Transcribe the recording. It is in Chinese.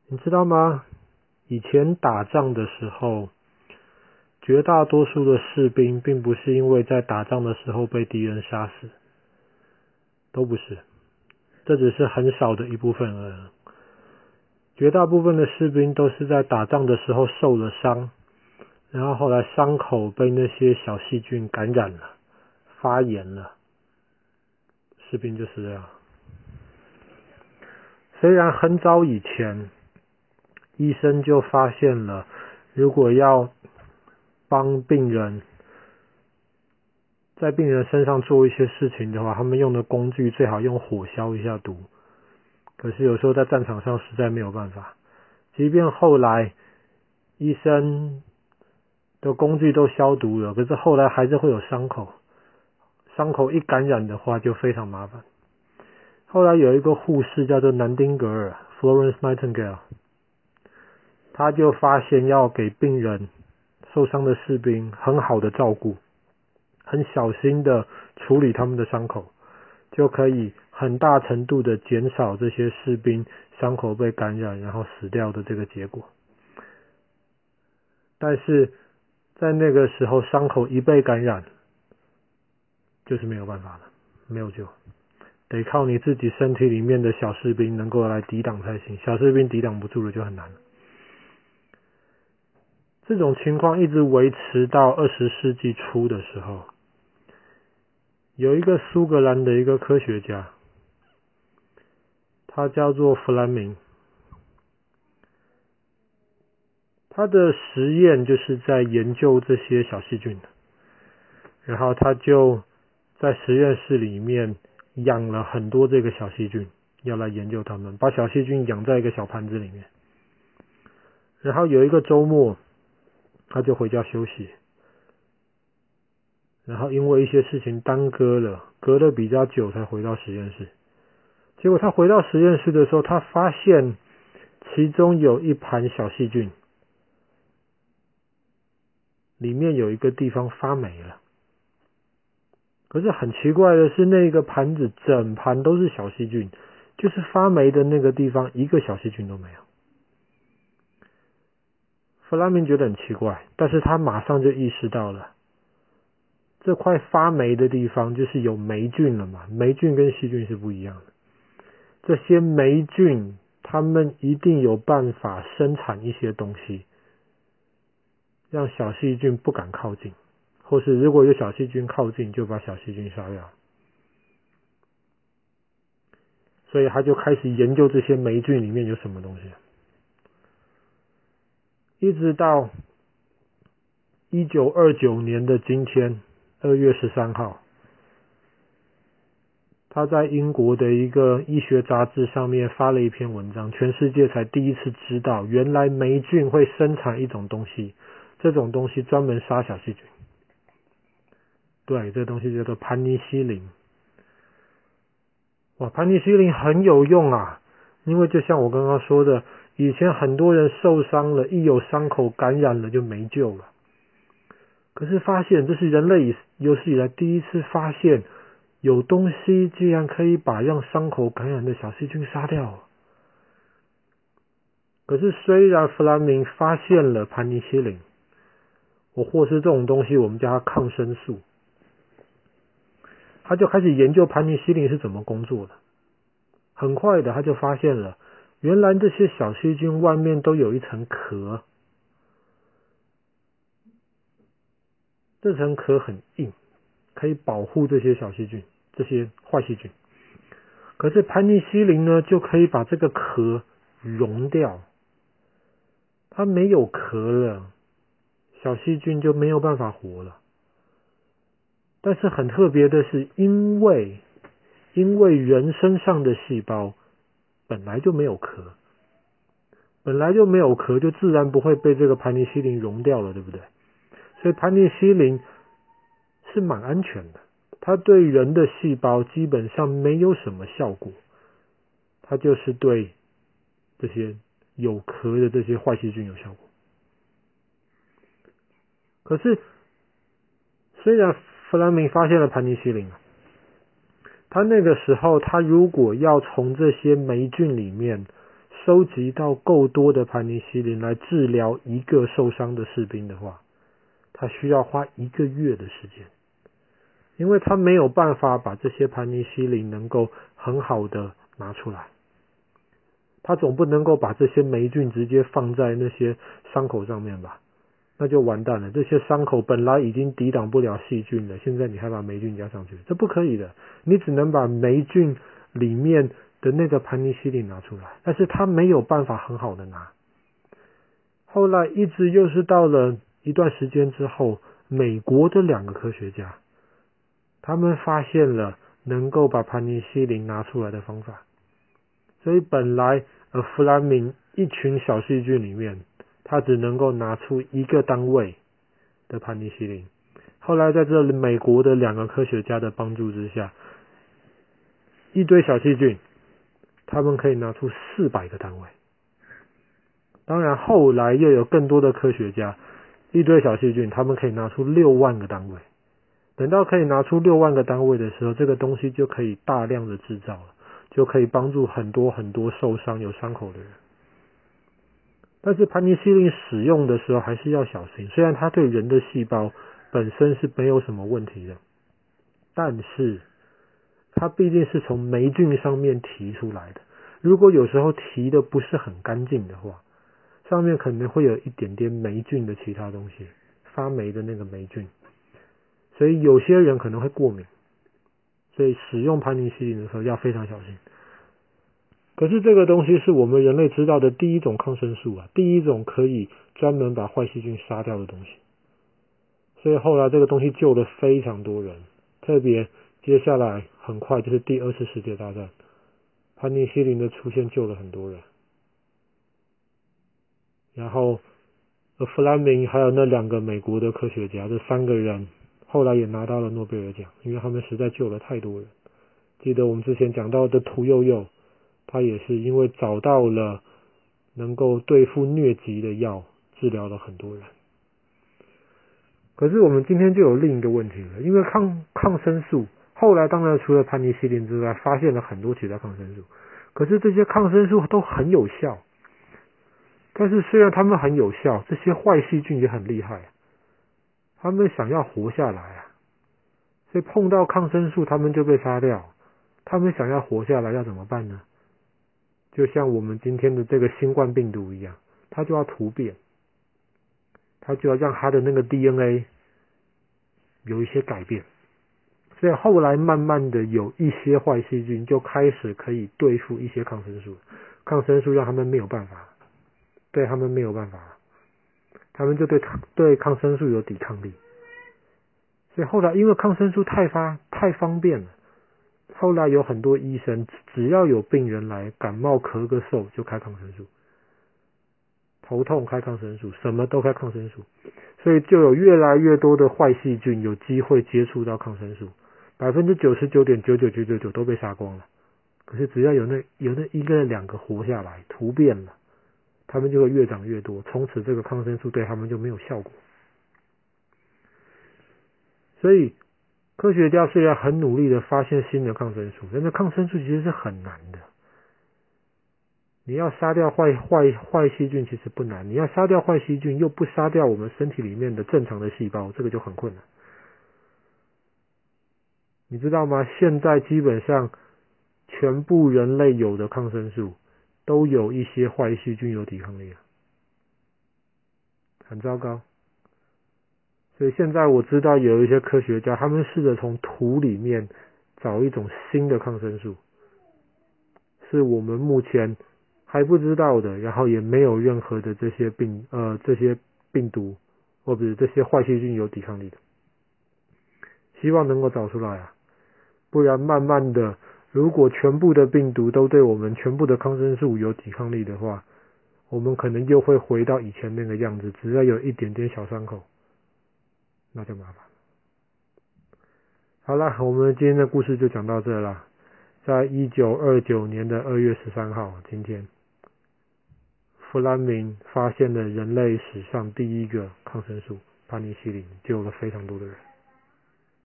你知道吗？以前打仗的时候，绝大多数的士兵并不是因为在打仗的时候被敌人杀死，都不是，这只是很少的一部分而已。绝大部分的士兵都是在打仗的时候受了伤，然后后来伤口被那些小细菌感染了，发炎了，士兵就是这样。虽然很早以前医生就发现了，如果要帮病人在病人身上做一些事情的话，他们用的工具最好用火消一下毒，可是有时候在战场上实在没有办法，即便后来医生的工具都消毒了，可是后来还是会有伤口，伤口一感染的话就非常麻烦。后来有一个护士叫做南丁格尔 Florence Nightingale， 他就发现要给病人受伤的士兵很好的照顾，很小心的处理他们的伤口，就可以很大程度的减少这些士兵伤口被感染然后死掉的这个结果。但是在那个时候，伤口一被感染就是没有办法了，没有救，得靠你自己身体里面的小士兵能够来抵挡才行，小士兵抵挡不住了就很难了。这种情况一直维持到20世纪初的时候，有一个苏格兰的一个科学家，他叫做弗兰明，他的实验就是在研究这些小细菌的，然后他就在实验室里面养了很多这个小细菌，要来研究它们，把小细菌养在一个小盘子里面。然后有一个周末，他就回家休息，然后因为一些事情耽搁了，隔了比较久才回到实验室。结果他回到实验室的时候，他发现其中有一盘小细菌里面有一个地方发霉了。可是很奇怪的是，那个盘子整盘都是小细菌，就是发霉的那个地方一个小细菌都没有。弗拉明觉得很奇怪，但是他马上就意识到了，这块发霉的地方就是有霉菌了嘛，霉菌跟细菌是不一样的。这些霉菌它们一定有办法生产一些东西，让小细菌不敢靠近，或是如果有小细菌靠近，就把小细菌杀掉。所以他就开始研究这些霉菌里面有什么东西，一直到1929年的今天2月13号，他在英国的一个医学杂志上面发了一篇文章，全世界才第一次知道原来霉菌会生产一种东西，这种东西专门杀小细菌。对，这东西叫做盘尼西林。哇，盘尼西林很有用啊，因为就像我刚刚说的，以前很多人受伤了，一有伤口感染了就没救了。可是发现这是人类有史以来第一次发现，有东西竟然可以把让伤口感染的小细菌杀掉。可是虽然弗兰明发现了盘尼西林，或是这种东西我们叫它抗生素，他就开始研究盘尼西林是怎么工作的。很快的他就发现了，原来这些小细菌外面都有一层壳，这层壳很硬，可以保护这些小细菌，这些坏细菌。可是盘尼西林呢，就可以把这个壳溶掉，它没有壳了，小细菌就没有办法活了。但是很特别的是，因为人身上的细胞本来就没有壳，就自然不会被这个盘尼西林溶掉了，对不对？所以盘尼西林是蛮安全的，它对人的细胞基本上没有什么效果，它就是对这些有壳的这些坏细菌有效果。可是虽然弗兰明发现了盘尼西林，他那个时候他如果要从这些霉菌里面收集到够多的盘尼西林来治疗一个受伤的士兵的话，他需要花1个月的时间，因为他没有办法把这些盘尼西林能够很好的拿出来，他总不能够把这些霉菌直接放在那些伤口上面吧，那就完蛋了。这些伤口本来已经抵挡不了细菌了，现在你还把霉菌加上去，这不可以的。你只能把霉菌里面的那个盘尼西林拿出来，但是他没有办法很好的拿。后来一直又是到了一段时间之后，美国的2个科学家，他们发现了能够把盘尼西林拿出来的方法。所以本来弗兰明一群小细菌里面，他只能够拿出1个单位的盘尼西林。后来在这里美国的2个科学家的帮助之下，一堆小细菌，他们可以拿出400个单位。当然后来又有更多的科学家，一堆小细菌，他们可以拿出6万个单位。等到可以拿出6万个单位的时候，这个东西就可以大量的制造了，就可以帮助很多很多受伤有伤口的人。但是盘尼西林使用的时候还是要小心，虽然它对人的细胞本身是没有什么问题的，但是它毕竟是从霉菌上面提出来的，如果有时候提的不是很干净的话，上面可能会有一点点霉菌的其他东西，发霉的那个霉菌，所以有些人可能会过敏，所以使用盘尼西林的时候要非常小心。可是这个东西是我们人类知道的第一种抗生素啊，第一种可以专门把坏细菌杀掉的东西，所以后来这个东西救了非常多人，特别接下来很快就是第2次世界大战，盘尼西林的出现救了很多人。然后弗兰明还有那2个美国的科学家，这3个人后来也拿到了诺贝尔奖，因为他们实在救了太多人。记得我们之前讲到的屠呦呦，他也是因为找到了能够对付疟疾的药，治疗了很多人。可是我们今天就有另一个问题了，因为抗生素后来当然除了盘尼西林之外，发现了很多其他抗生素，可是这些抗生素都很有效，但是虽然他们很有效，这些坏细菌也很厉害，他们想要活下来啊，所以碰到抗生素他们就被杀掉。他们想要活下来要怎么办呢？就像我们今天的这个新冠病毒一样，它就要突变，它就要让它的那个 DNA 有一些改变。所以后来慢慢的有一些坏细菌就开始可以对付一些抗生素，抗生素让他们没有办法，对他们没有办法，他们就对抗生素有抵抗力。所以后来因为抗生素太方便了，后来有很多医生只要有病人来感冒咳个嗽就开抗生素，头痛开抗生素，什么都开抗生素，所以就有越来越多的坏细菌有机会接触到抗生素，99.99999都被杀光了。可是只要有那1个2个活下来突变了，他们就会越长越多，从此这个抗生素对他们就没有效果。所以科学家虽然很努力的发现新的抗生素，但是抗生素其实是很难的。你要杀掉坏细菌其实不难，你要杀掉坏细菌又不杀掉我们身体里面的正常的细胞，这个就很困难。你知道吗？现在基本上全部人类有的抗生素都有一些坏细菌有抵抗力，很糟糕。所以现在我知道有一些科学家，他们试着从土里面找一种新的抗生素，是我们目前还不知道的，然后也没有任何的这些病毒或者这些坏细菌有抵抗力的，希望能够找出来啊，不然慢慢的，如果全部的病毒都对我们全部的抗生素有抵抗力的话，我们可能又会回到以前那个样子，只要有一点点小伤口，那就麻烦。好了，我们今天的故事就讲到这了。在1929年的2月13号，今天弗兰明发现了人类史上第一个抗生素盘尼西林，救了非常多的人。